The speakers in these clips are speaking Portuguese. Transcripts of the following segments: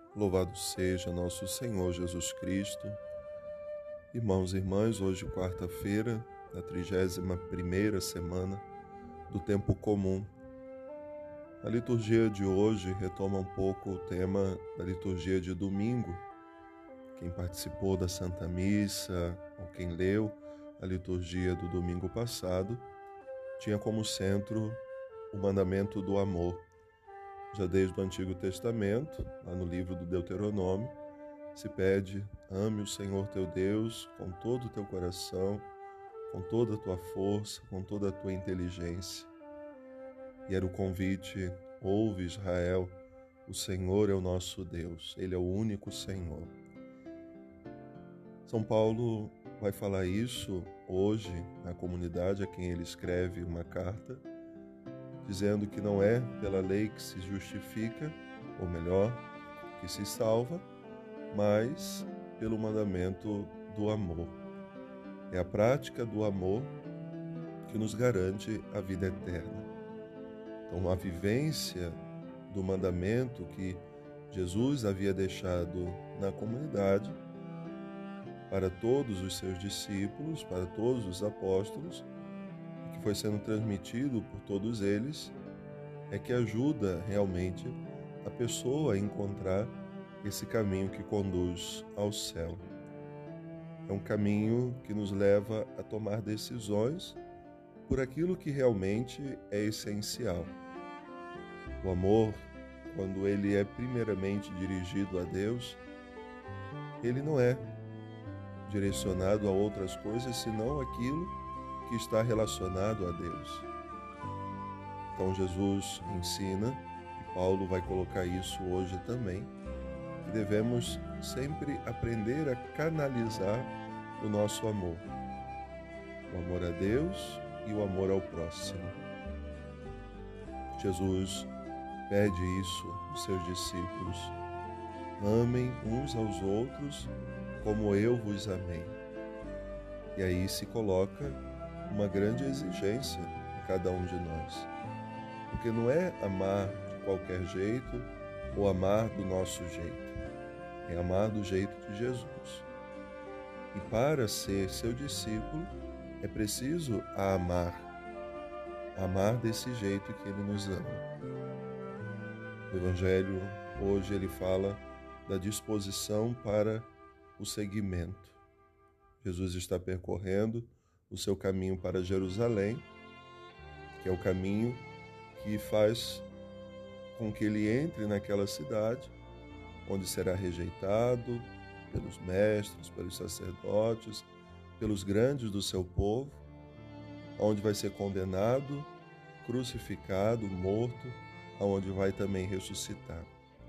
Louvado seja nosso Senhor Jesus Cristo. Irmãos e irmãs, hoje quarta-feira, da 31ª semana do Tempo Comum. A liturgia de hoje retoma um pouco o tema da liturgia de domingo. Quem participou da Santa Missa ou quem leu a liturgia do domingo passado tinha como centro o mandamento do amor. Já desde o Antigo Testamento, lá no livro do Deuteronômio, se pede: ame o Senhor teu Deus com todo o teu coração, com toda a tua força, com toda a tua inteligência. E era o convite: ouve Israel, o Senhor é o nosso Deus, Ele é o único Senhor. São Paulo vai falar isso hoje na comunidade a quem ele escreve uma carta, dizendo que não é pela lei que se justifica, ou melhor, que se salva, mas pelo mandamento do amor. É a prática do amor que nos garante a vida eterna. Então, a vivência do mandamento que Jesus havia deixado na comunidade para todos os seus discípulos, para todos os apóstolos, que foi sendo transmitido por todos eles, é que ajuda realmente a pessoa a encontrar esse caminho que conduz ao céu. É um caminho que nos leva a tomar decisões por aquilo que realmente é essencial. O amor, quando ele é primeiramente dirigido a Deus, ele não é direcionado a outras coisas senão aquilo que está relacionado a Deus. Então Jesus ensina, e Paulo vai colocar isso hoje também, que devemos sempre aprender a canalizar o nosso amor. O amor a Deus e o amor ao próximo. Jesus pede isso aos seus discípulos: amem uns aos outros como eu vos amei. E aí se coloca uma grande exigência em cada um de nós. Porque não é amar de qualquer jeito ou amar do nosso jeito. É amar do jeito de Jesus. E para ser seu discípulo, é preciso amar desse jeito que ele nos ama. O Evangelho hoje ele fala da disposição para o seguimento. Jesus está percorrendo o seu caminho para Jerusalém, que é o caminho que faz com que ele entre naquela cidade, onde será rejeitado pelos mestres, pelos sacerdotes, pelos grandes do seu povo, onde vai ser condenado, crucificado, morto, aonde vai também ressuscitar.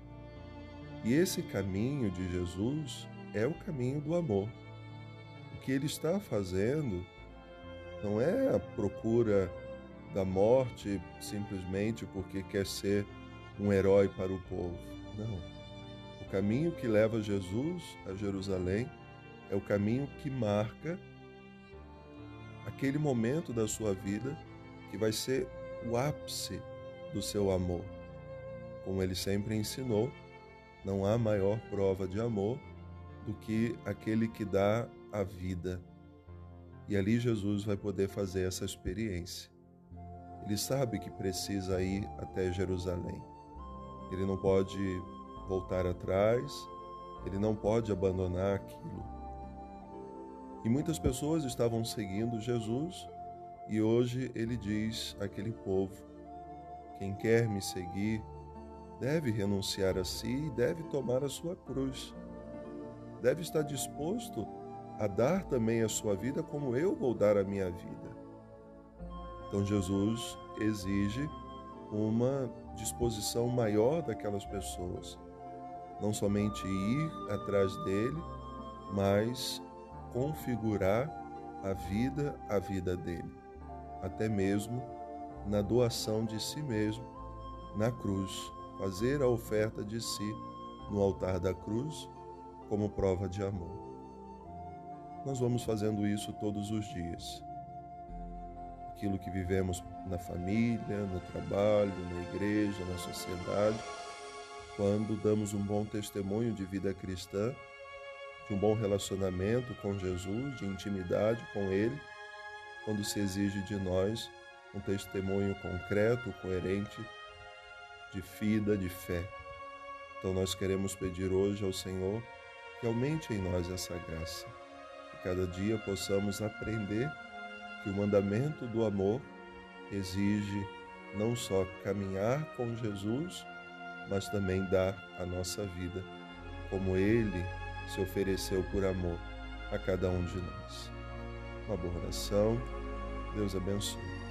E esse caminho de Jesus é o caminho do amor. O que ele está fazendo não é a procura da morte simplesmente porque quer ser um herói para o povo. Não. O caminho que leva Jesus a Jerusalém é o caminho que marca aquele momento da sua vida que vai ser o ápice do seu amor. Como ele sempre ensinou, não há maior prova de amor do que aquele que dá a vida. E ali Jesus vai poder fazer essa experiência. Ele sabe que precisa ir até Jerusalém. Ele não pode voltar atrás, ele não pode abandonar aquilo. E muitas pessoas estavam seguindo Jesus e hoje ele diz àquele povo: quem quer me seguir deve renunciar a si e deve tomar a sua cruz. Deve estar disposto a dar também a sua vida como eu vou dar a minha vida. Então Jesus exige uma disposição maior daquelas pessoas. Não somente ir atrás dele, mas configurar a vida dele. Até mesmo na doação de si mesmo, na cruz. Fazer a oferta de si no altar da cruz como prova de amor. Nós vamos fazendo isso todos os dias. Aquilo que vivemos na família, no trabalho, na igreja, na sociedade, quando damos um bom testemunho de vida cristã, de um bom relacionamento com Jesus, de intimidade com Ele, quando se exige de nós um testemunho concreto, coerente, de vida, de fé. Então nós queremos pedir hoje ao Senhor que aumente em nós essa graça, que cada dia possamos aprender que o mandamento do amor exige não só caminhar com Jesus, mas também dar a nossa vida, como Ele se ofereceu por amor a cada um de nós. Uma boa oração. Deus abençoe.